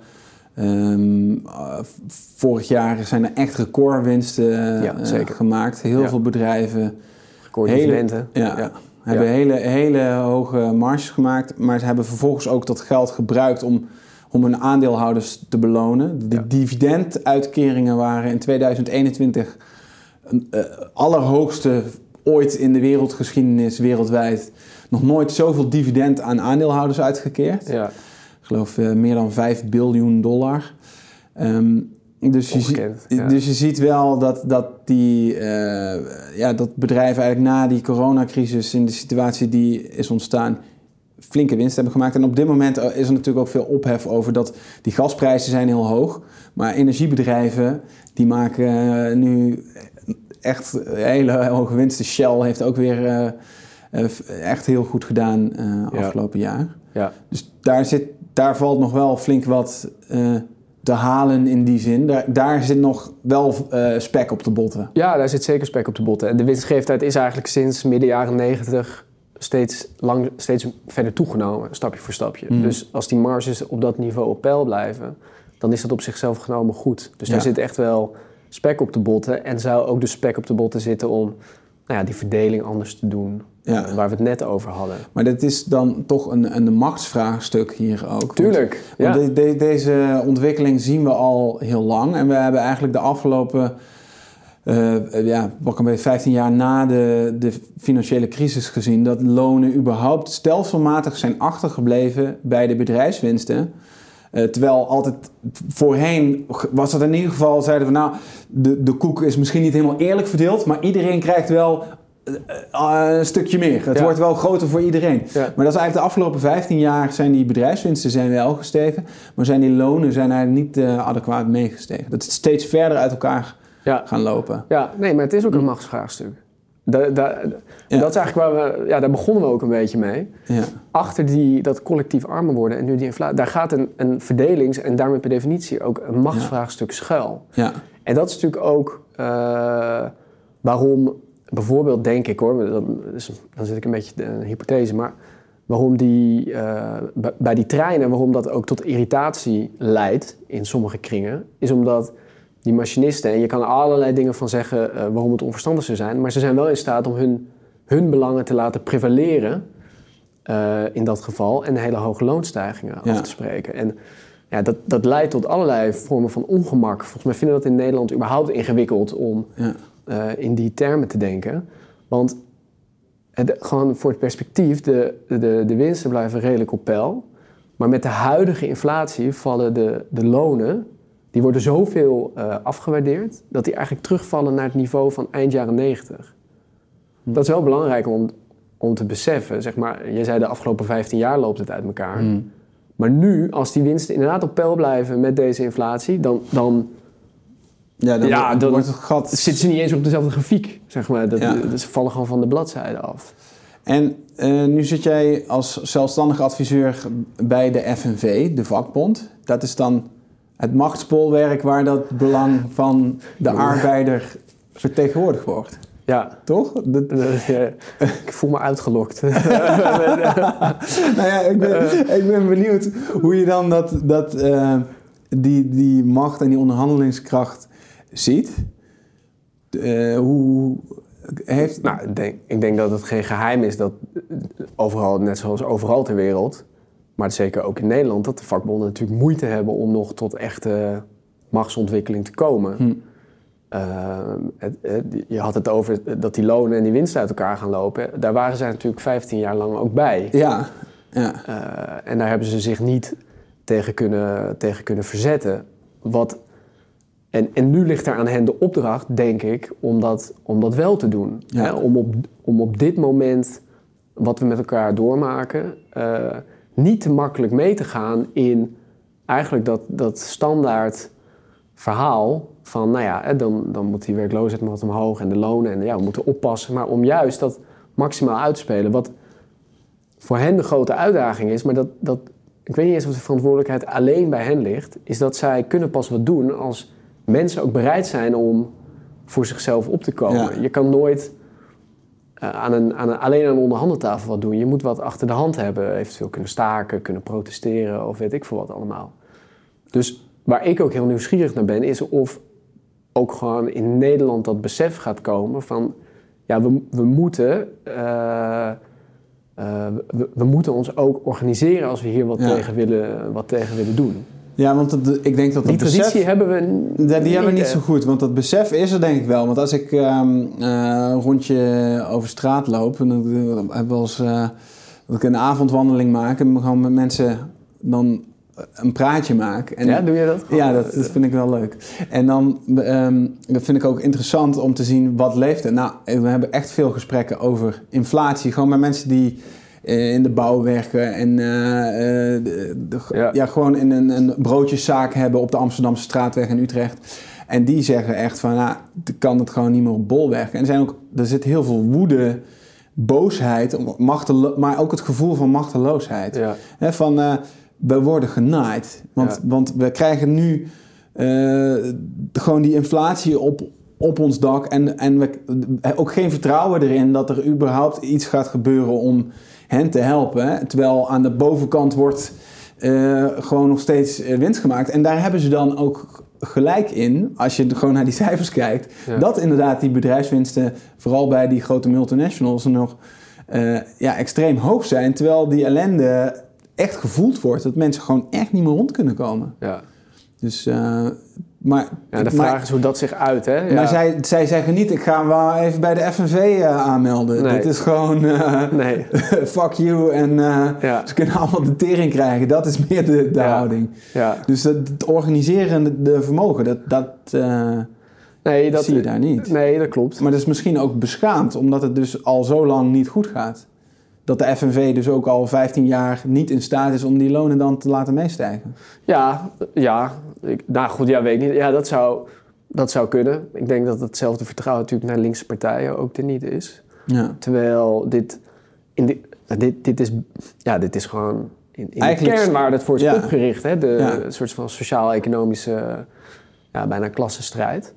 vorig jaar zijn er echt recordwinsten gemaakt. Heel veel bedrijven. Recorddividenden. Hebben hele hoge marges gemaakt. Maar ze hebben vervolgens ook dat geld gebruikt om hun aandeelhouders te belonen. De dividenduitkeringen waren in 2021 allerhoogste ooit in de wereldgeschiedenis wereldwijd. Nog nooit zoveel dividend aan aandeelhouders uitgekeerd. Ja. Ik geloof meer dan $5 biljoen. Dus je ziet wel dat bedrijven eigenlijk na die coronacrisis in de situatie die is ontstaan flinke winst hebben gemaakt. En op dit moment is er natuurlijk ook veel ophef over dat die gasprijzen zijn heel hoog. Maar energiebedrijven die maken nu echt hele hoge winsten. Shell heeft ook weer echt heel goed gedaan afgelopen jaar. Ja. Dus daar valt nog wel flink wat te halen in die zin. Daar zit nog wel spek op de botten. Ja, daar zit zeker spek op de botten. En de winstgevendheid is eigenlijk sinds midden jaren 90 steeds verder toegenomen, stapje voor stapje. Dus als die marges op dat niveau op peil blijven, dan is dat op zichzelf genomen goed. Dus daar zit echt wel spek op de botten. En zou ook de spek op de botten zitten om die verdeling anders te doen. Waar we het net over hadden. Maar dat is dan toch een machtsvraagstuk hier ook. Tuurlijk. Want deze ontwikkeling zien we al heel lang. En we hebben eigenlijk de afgelopen 15 jaar na de financiële crisis gezien dat lonen überhaupt stelselmatig zijn achtergebleven bij de bedrijfswinsten. Terwijl altijd voorheen was dat in ieder geval, zeiden we de koek is misschien niet helemaal eerlijk verdeeld, maar iedereen krijgt wel een stukje meer. Het wordt wel groter voor iedereen. Ja. Maar dat is eigenlijk de afgelopen 15 jaar zijn die bedrijfswinsten wel gestegen, maar zijn die lonen eigenlijk niet adequaat meegestegen. Dat is steeds verder uit elkaar gaan lopen. Ja, nee, maar het is ook een machtsvraagstuk. Dat is eigenlijk waar daar begonnen we ook een beetje mee. Ja. Achter dat collectief armer worden en nu die inflatie, daar gaat een verdelings- en daarmee per definitie ook een machtsvraagstuk schuil. Ja. En dat is natuurlijk ook waarom, bijvoorbeeld denk ik hoor, dan zit ik een beetje in een hypothese, maar waarom bij die treinen, waarom dat ook tot irritatie leidt in sommige kringen, is omdat die machinisten, en je kan er allerlei dingen van zeggen waarom het onverstandig zou zijn, maar ze zijn wel in staat om hun belangen te laten prevaleren in dat geval en hele hoge loonstijgingen af te spreken. En dat leidt tot allerlei vormen van ongemak. Volgens mij vinden we dat in Nederland überhaupt ingewikkeld om in die termen te denken. Want gewoon voor het perspectief, de winsten blijven redelijk op peil, maar met de huidige inflatie vallen de lonen, die worden zoveel afgewaardeerd dat die eigenlijk terugvallen naar het niveau van eind jaren 90. Dat is wel belangrijk om te beseffen. Zeg maar, jij zei de afgelopen 15 jaar loopt het uit elkaar. Maar nu, als die winsten inderdaad op peil blijven met deze inflatie, dan wordt het gat. Zitten ze niet eens op dezelfde grafiek. Zeg maar. Ze vallen gewoon van de bladzijde af. En nu zit jij als zelfstandig adviseur bij de FNV, de vakbond. Dat is dan het machtsbolwerk waar dat belang van de arbeider vertegenwoordigd wordt. Ja. Toch? Ik voel me uitgelokt. Nou ja, ik ben benieuwd hoe je dan die macht en die onderhandelingskracht ziet. Hoe heeft... Nou, ik denk dat het geen geheim is dat overal, net zoals overal ter wereld, maar zeker ook in Nederland, dat de vakbonden natuurlijk moeite hebben om nog tot echte machtsontwikkeling te komen. Je had het over dat die lonen en die winsten uit elkaar gaan lopen. Daar waren zij natuurlijk 15 jaar lang ook bij. Ja. En daar hebben ze zich niet tegen kunnen verzetten. En nu ligt er aan hen de opdracht, denk ik, om dat wel te doen. Ja. Hè? Om op dit moment, wat we met elkaar doormaken, niet te makkelijk mee te gaan in eigenlijk dat standaard verhaal van, nou ja, dan moet die werkloosheid wat omhoog en de lonen en ja, we moeten oppassen. Maar om juist dat maximaal uit te spelen, wat voor hen de grote uitdaging is, maar dat ik weet niet eens of de verantwoordelijkheid alleen bij hen ligt, is dat zij kunnen pas wat doen als mensen ook bereid zijn om voor zichzelf op te komen. Ja. Je kan nooit alleen aan een onderhandeltafel wat doen. Je moet wat achter de hand hebben. Eventueel kunnen staken, kunnen protesteren of weet ik veel wat allemaal. Dus waar ik ook heel nieuwsgierig naar ben, is of ook gewoon in Nederland dat besef gaat komen van, ja, we moeten ons ook organiseren als we hier wat tegen willen doen. Ja, want ik denk dat die traditie besef, hebben we die hebben we niet zo goed. Want dat besef is er denk ik wel. Want als ik een rondje over straat loop, en dan heb ik wel eens dat ik een avondwandeling maak en gewoon met mensen dan een praatje maak. En, ja, doe je dat? Ja, dat vind ik wel leuk. En dan dat vind ik ook interessant om te zien wat leeft er. Nou, we hebben echt veel gesprekken over inflatie. Gewoon met mensen die in de bouw werken en gewoon in een broodjeszaak hebben op de Amsterdamse Straatweg in Utrecht. En die zeggen echt van, nou, kan het gewoon niet meer op bol werken. En er zit heel veel woede, boosheid, maar ook het gevoel van machteloosheid. Ja. He, van, we worden genaaid. Want we krijgen nu gewoon die inflatie op ons dak en we ook geen vertrouwen erin dat er überhaupt iets gaat gebeuren om hen te helpen. Hè? Terwijl aan de bovenkant wordt gewoon nog steeds winst gemaakt. En daar hebben ze dan ook gelijk in, als je gewoon naar die cijfers kijkt, dat inderdaad die bedrijfswinsten, vooral bij die grote multinationals, nog extreem hoog zijn. Terwijl die ellende echt gevoeld wordt, dat mensen gewoon echt niet meer rond kunnen komen. Ja. Dus, de vraag is hoe dat zich uit, hè? Ja. Maar zij zeggen niet, ik ga wel even bij de FNV aanmelden. Nee. Dit is gewoon fuck you en ze kunnen allemaal de tering krijgen. Dat is meer de houding. Ja. Dus het organiserende vermogen, dat zie je daar niet. Nee, dat klopt. Maar dat is misschien ook beschaamd, omdat het dus al zo lang niet goed gaat. Dat de FNV dus ook al 15 jaar niet in staat is om die lonen dan te laten meestijgen. Ja. Weet ik niet. Ja, dat zou kunnen. Ik denk dat hetzelfde vertrouwen natuurlijk naar linkse partijen ook er niet is. Ja. Terwijl dit is gewoon in de kern waar het voor is opgericht. Hè? Een soort van sociaal-economische, bijna klassenstrijd.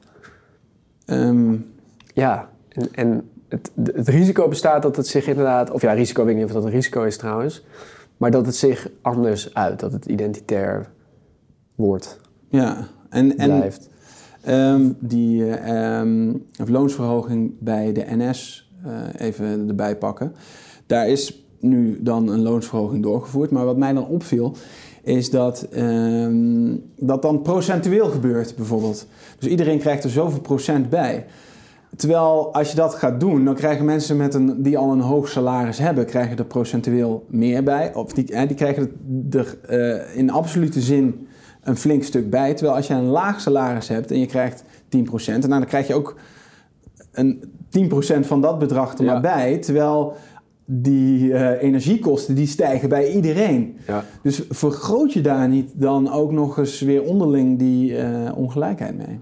En het risico bestaat dat het zich inderdaad, risico, weet ik niet of dat een risico is trouwens, maar dat het zich anders uit, dat het identitair wordt. Ja, blijft. Die loonsverhoging bij de NS even erbij pakken. Daar is nu dan een loonsverhoging doorgevoerd, maar wat mij dan opviel is dat dan procentueel gebeurt bijvoorbeeld. Dus iedereen krijgt er zoveel procent bij. Terwijl als je dat gaat doen, dan krijgen mensen die al een hoog salaris hebben, krijgen er procentueel meer bij. Of die krijgen er in absolute zin een flink stuk bij. Terwijl als je een laag salaris hebt en je krijgt 10%, en dan krijg je ook een 10% van dat bedrag er maar bij. Terwijl die energiekosten die stijgen bij iedereen. Ja. Dus vergroot je daar niet dan ook nog eens weer onderling die ongelijkheid mee?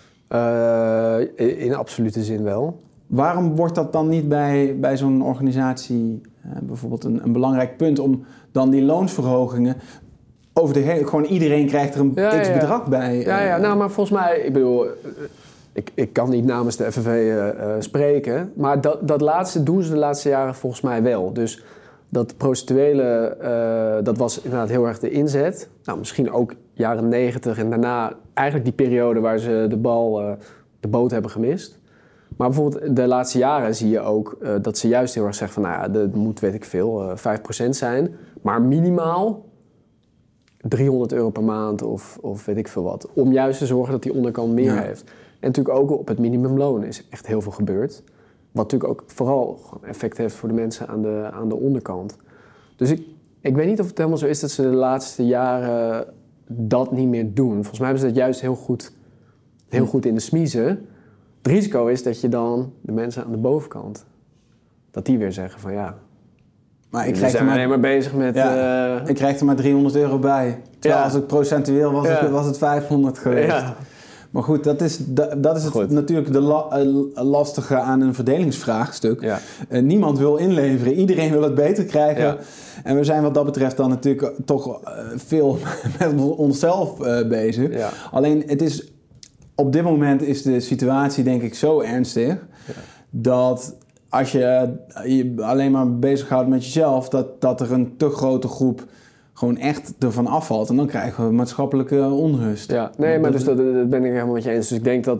In absolute zin wel. Waarom wordt dat dan niet bij zo'n organisatie bijvoorbeeld een belangrijk punt om dan die loonsverhogingen over gewoon iedereen krijgt er een x bedrag bij? Nou, maar volgens mij, ik bedoel, ik kan niet namens de FNV spreken. Maar dat laatste doen ze de laatste jaren volgens mij wel. Dus dat procentuele, dat was inderdaad heel erg de inzet. Nou, misschien ook jaren 90 en daarna eigenlijk die periode waar ze de boot hebben gemist. Maar bijvoorbeeld de laatste jaren zie je ook dat ze juist heel erg zeggen van... nou ja, dat moet, weet ik veel, 5% zijn. Maar minimaal €300 per maand of weet ik veel wat. Om juist te zorgen dat die onderkant meer heeft. En natuurlijk ook op het minimumloon is echt heel veel gebeurd. Wat natuurlijk ook vooral effect heeft voor de mensen aan de onderkant. Dus ik weet niet of het helemaal zo is dat ze de laatste jaren dat niet meer doen. Volgens mij hebben ze dat juist heel goed in de smiezen. Het risico is dat je dan de mensen aan de bovenkant... dat die weer zeggen van ja... Maar ik krijg er maar, alleen maar bezig met... ik krijg er maar €300 bij. Terwijl als het procentueel was het 500 geweest. Ja. Maar goed, dat is natuurlijk de lastige aan een verdelingsvraagstuk. Ja. Niemand wil inleveren, iedereen wil het beter krijgen. Ja. En we zijn wat dat betreft dan natuurlijk toch veel met onszelf bezig. Ja. Alleen op dit moment is de situatie denk ik zo ernstig... dat als je alleen maar bezighoudt met jezelf... dat er een te grote groep... gewoon echt ervan afvalt. En dan krijgen we maatschappelijke onrust. Ja, nee, maar dus dat ben ik helemaal met je eens. Dus ik denk dat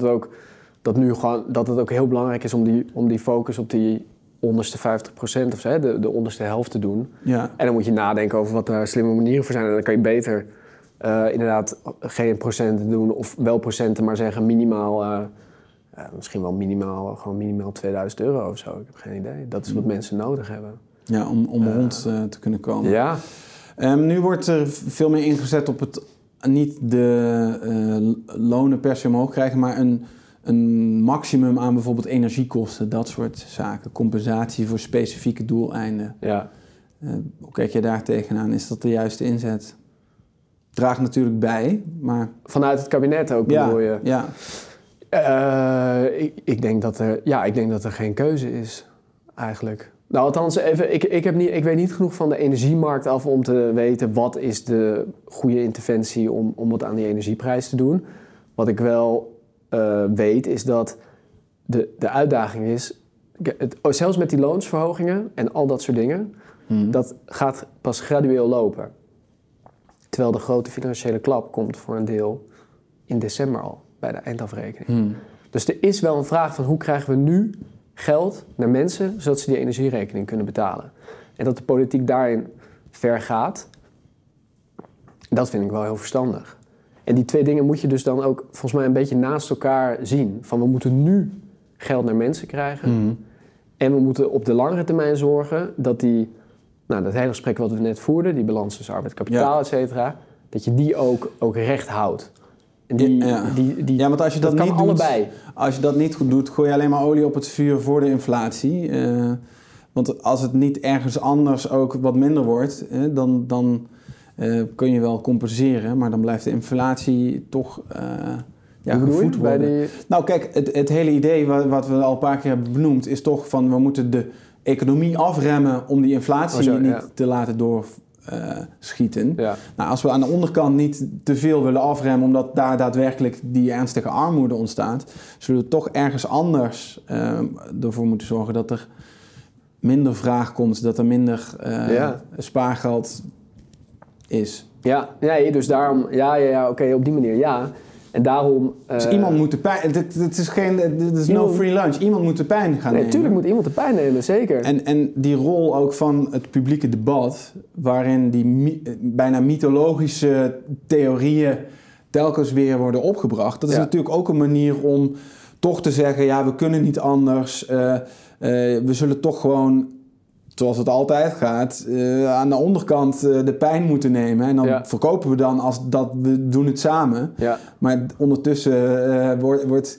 het ook heel belangrijk is om die focus op die onderste 50% of zo, de onderste helft te doen. Ja. En dan moet je nadenken over wat daar slimme manieren voor zijn. En dan kan je beter inderdaad geen procenten doen of wel procenten, maar zeggen minimaal... misschien wel minimaal €2000 of zo. Ik heb geen idee. Dat is wat mensen nodig hebben. Ja, om rond te kunnen komen. Ja. Nu wordt er veel meer ingezet op het niet de lonen per se omhoog krijgen, maar een maximum aan bijvoorbeeld energiekosten, dat soort zaken. Compensatie voor specifieke doeleinden. Ja. Hoe kijk je daar tegenaan? Is dat de juiste inzet? Draagt natuurlijk bij, maar... Vanuit het kabinet ook bedoel je? Ja. Ik denk dat er geen keuze is, eigenlijk. Nou, althans, even, ik weet niet genoeg van de energiemarkt af om te weten wat is de goede interventie om wat aan die energieprijs te doen. Wat ik wel weet is dat de uitdaging is, zelfs met die loonsverhogingen en al dat soort dingen, dat gaat pas gradueel lopen. Terwijl de grote financiële klap komt voor een deel in december al, bij de eindafrekening. Dus er is wel een vraag van hoe krijgen we nu geld naar mensen, zodat ze die energierekening kunnen betalen. En dat de politiek daarin ver gaat, dat vind ik wel heel verstandig. En die twee dingen moet je dus dan ook volgens mij een beetje naast elkaar zien. Van we moeten nu geld naar mensen krijgen. En we moeten op de langere termijn zorgen dat dat hele gesprek wat we net voerden, die balans tussen arbeid, kapitaal, et cetera, dat je die ook recht houdt. Want als je dat niet allebei. Doet, als je dat niet goed doet, gooi je alleen maar olie op het vuur voor de inflatie. Want als het niet ergens anders ook wat minder wordt, dan kun je wel compenseren, maar dan blijft de inflatie toch gevoed worden. Nou kijk, het hele idee wat we al een paar keer hebben benoemd is toch van we moeten de economie afremmen om die inflatie niet te laten doorschieten. Ja. Nou, als we aan de onderkant niet te veel willen afremmen omdat daar daadwerkelijk die ernstige armoede ontstaat, zullen we toch ergens anders ervoor moeten zorgen dat er minder vraag komt, dat er minder spaargeld is. Ja, nee, dus daarom, oké, op die manier, ja. En daarom... Dus iemand moet de pijn... Het is no free lunch. Iemand moet de pijn gaan nemen. Natuurlijk moet iemand de pijn nemen, zeker. En die rol ook van het publieke debat, waarin die bijna mythologische theorieën telkens weer worden opgebracht, dat is natuurlijk ook een manier om toch te zeggen, ja, we kunnen niet anders. We zullen toch gewoon, zoals het altijd gaat, aan de onderkant de pijn moeten nemen. En dan verkopen we dan als dat we doen het samen. Ja. Maar ondertussen wordt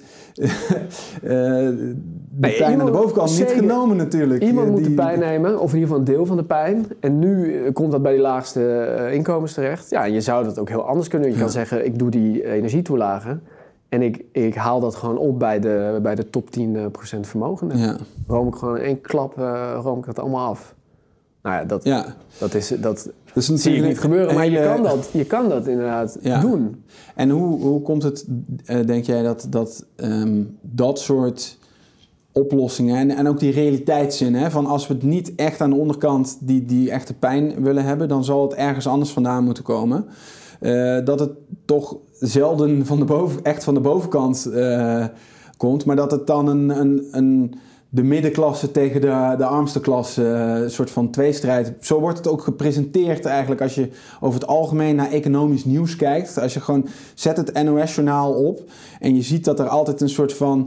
de pijn aan de bovenkant niet genomen natuurlijk. Iemand moet de pijn nemen, of in ieder geval een deel van de pijn. En nu komt dat bij die laagste inkomens terecht. Ja, je zou dat ook heel anders kunnen. Je kan zeggen, ik doe die energietoelagen. En ik haal dat gewoon op bij de top 10% vermogenden. Ja. Room ik gewoon in één klap room ik dat allemaal af. Nou ja, dat Dus zie ik niet gebeuren, maar je kan dat inderdaad doen. En hoe komt het, denk jij, dat soort oplossingen en ook die realiteitszin, hè, van als we het niet echt aan de onderkant die echte pijn willen hebben, dan zal het ergens anders vandaan moeten komen. Dat het toch zelden van de bovenkant komt, maar dat het dan de middenklasse tegen de armste klasse, een soort van tweestrijd. Zo wordt het ook gepresenteerd eigenlijk als je over het algemeen naar economisch nieuws kijkt. Als je gewoon zet het NOS-journaal op en je ziet dat er altijd een soort van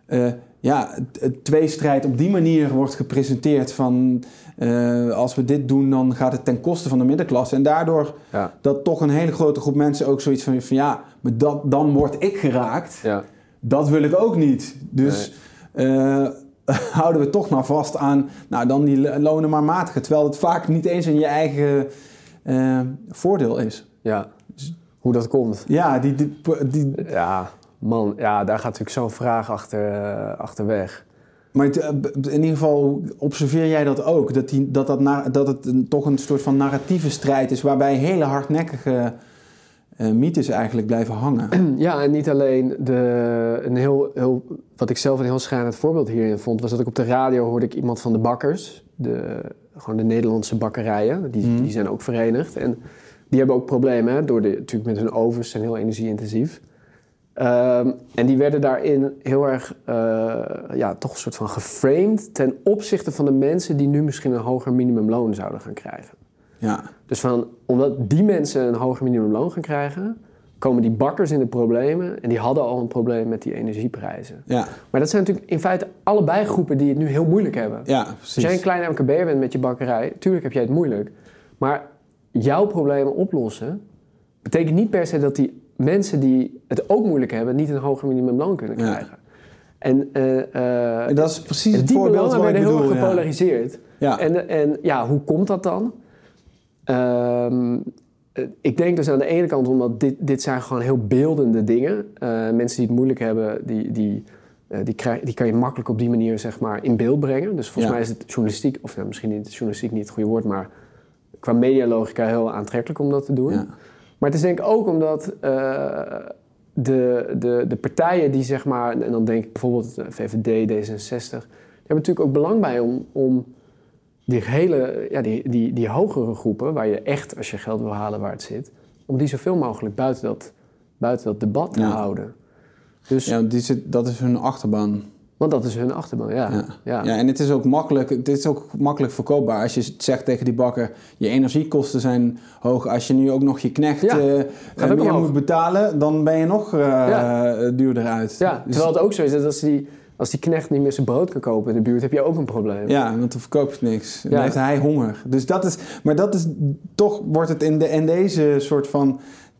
tweestrijd op die manier wordt gepresenteerd van als we dit doen, dan gaat het ten koste van de middenklasse. En daardoor dat toch een hele grote groep mensen ook zoiets van ja, maar dan word ik geraakt. Ja. Dat wil ik ook niet. Dus houden we toch maar vast aan, nou dan die lonen maar matigen. Terwijl het vaak niet eens in je eigen voordeel is. Ja, hoe dat komt. Ja, Ja, man, daar gaat natuurlijk zo'n vraag achterweg. Maar in ieder geval observeer jij dat ook? Dat het toch een soort van narratieve strijd is waarbij hele hardnekkige mythes eigenlijk blijven hangen. Ja, en niet alleen wat ik zelf een heel schrijnend voorbeeld hierin vond, was dat ik op de radio hoorde ik iemand van de bakkers, gewoon de Nederlandse bakkerijen, die zijn ook verenigd. En die hebben ook problemen, hè, natuurlijk met hun ovens, zijn heel energie-intensief. En die werden daarin heel erg toch een soort van geframed ten opzichte van de mensen die nu misschien een hoger minimumloon zouden gaan krijgen. Ja. Dus omdat die mensen een hoger minimumloon gaan krijgen, komen die bakkers in de problemen en die hadden al een probleem met die energieprijzen. Ja. Maar dat zijn natuurlijk in feite allebei groepen die het nu heel moeilijk hebben. Ja, precies. Als jij een klein MKB'er bent met je bakkerij, tuurlijk heb jij het moeilijk. Maar jouw problemen oplossen betekent niet per se dat die mensen die het ook moeilijk hebben niet een hoger minimumloon kunnen krijgen. Ja. En dat is precies het voorbeeld wat ik bedoel. Die belangen werden heel erg gepolariseerd. Ja. En hoe komt dat dan? Ik denk dus aan de ene kant, omdat dit zijn gewoon heel beeldende dingen. Mensen die het moeilijk hebben, die kan je makkelijk op die manier zeg maar in beeld brengen. Dus volgens mij is het journalistiek, of misschien niet journalistiek niet het goede woord, maar qua medialogica heel aantrekkelijk om dat te doen. Ja. Maar het is denk ik ook omdat de partijen die zeg maar, en dan denk ik bijvoorbeeld VVD, D66, die hebben natuurlijk ook belang bij om die hele, die hogere groepen, waar je echt, als je geld wil halen waar het zit, om die zoveel mogelijk buiten dat debat te houden. Dus, dat is hun achterban. Want dat is hun achterban, ja. En het is ook makkelijk verkoopbaar. Als je zegt tegen die bakker, je energiekosten zijn hoog. Als je nu ook nog je knecht meer moet betalen, dan ben je nog duurder uit. Ja, dus, terwijl het ook zo is dat als die knecht niet meer zijn brood kan kopen in de buurt, heb je ook een probleem. Ja, want dan verkoopt het niks. Dan heeft hij honger. Dus toch wordt het in deze soort van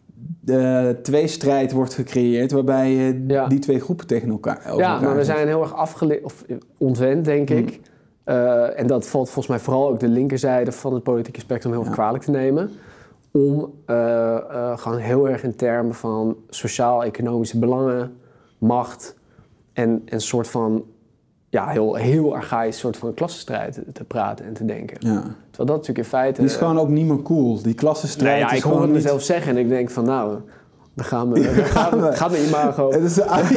tweestrijd wordt gecreëerd, waarbij die twee groepen tegen elkaar maar we zijn heel erg ontwend, denk ik. En dat valt volgens mij vooral ook de linkerzijde van het politieke spectrum heel erg kwalijk te nemen. Om gewoon heel erg in termen van sociaal-economische belangen, macht en een soort van heel archaïs soort van klassenstrijd te praten en te denken. Ja. Terwijl dat natuurlijk in feite... Die is gewoon ook niet meer cool. Die klassenstrijd is ik hoor het mezelf zeggen en ik denk van dan gaan we. Gaat mijn imago. Het is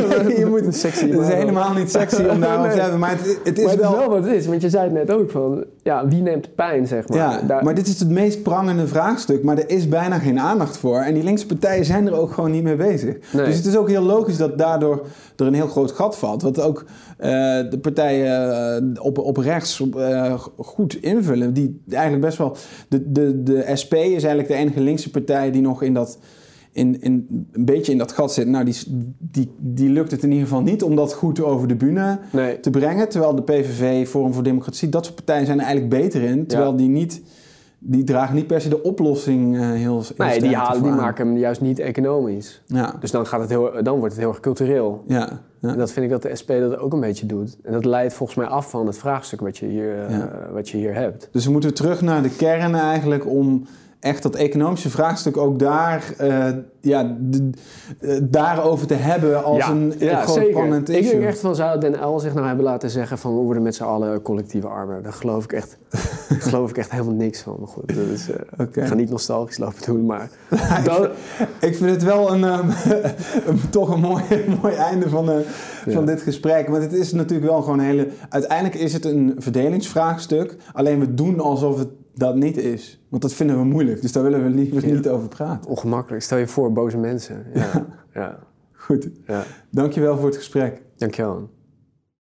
helemaal niet sexy om daarover te hebben, maar het is wel wat het is. Want je zei het net ook van, wie neemt de pijn, zeg maar. Ja, maar dit is het meest prangende vraagstuk, maar er is bijna geen aandacht voor. En die linkse partijen zijn er ook gewoon niet mee bezig. Nee. Dus het is ook heel logisch dat daardoor er een heel groot gat valt. Wat ook de partijen op rechts goed invullen. Die eigenlijk best wel... De SP is eigenlijk de enige linkse partij die nog in dat... een beetje in dat gat zit. Nou, die lukt het in ieder geval niet om dat goed over de bühne te brengen. Terwijl de PVV, Forum voor Democratie, dat soort partijen zijn er eigenlijk beter in. Terwijl die dragen niet per se de oplossing heel sterk. Die maken hem juist niet economisch. Ja. Dus dan wordt het heel erg cultureel. Ja. Ja. En dat vind ik dat de SP dat ook een beetje doet. En dat leidt volgens mij af van het vraagstuk wat je hier hebt. Dus we moeten terug naar de kern eigenlijk om echt dat economische vraagstuk ook daarover te hebben als een groot prominent issue. Ik denk echt van, zou Den Uyl zich nou hebben laten zeggen van we worden met z'n allen collectieve armen. Daar geloof ik echt helemaal niks van. Maar goed, dat is, ik ga niet nostalgisch lopen doen, maar... Ik vind het wel toch een mooi einde van dit gesprek. Want het is natuurlijk wel gewoon uiteindelijk is het een verdelingsvraagstuk. Alleen we doen alsof het dat niet is. Want dat vinden we moeilijk. Dus daar willen we liever niet over praten. Ongemakkelijk. Stel je voor, boze mensen. Ja. Goed. Ja. Dankjewel voor het gesprek. Dankjewel.